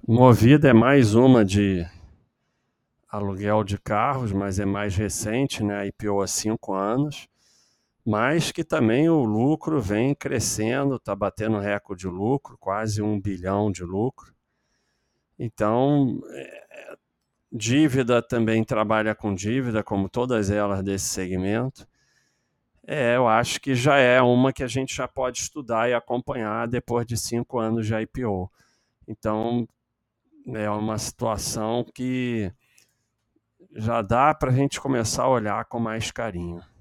Movida é mais uma de aluguel de carros, mas é mais recente, né? A IPO há 5 anos, mas que também o lucro vem crescendo, está batendo recorde de lucro, quase 1 bilhão de lucro. Então, dívida também trabalha com dívida, como todas elas desse segmento. Eu acho que já é uma que a gente já pode estudar e acompanhar depois de 5 anos de IPO. Então, é uma situação que já dá para a gente começar a olhar com mais carinho.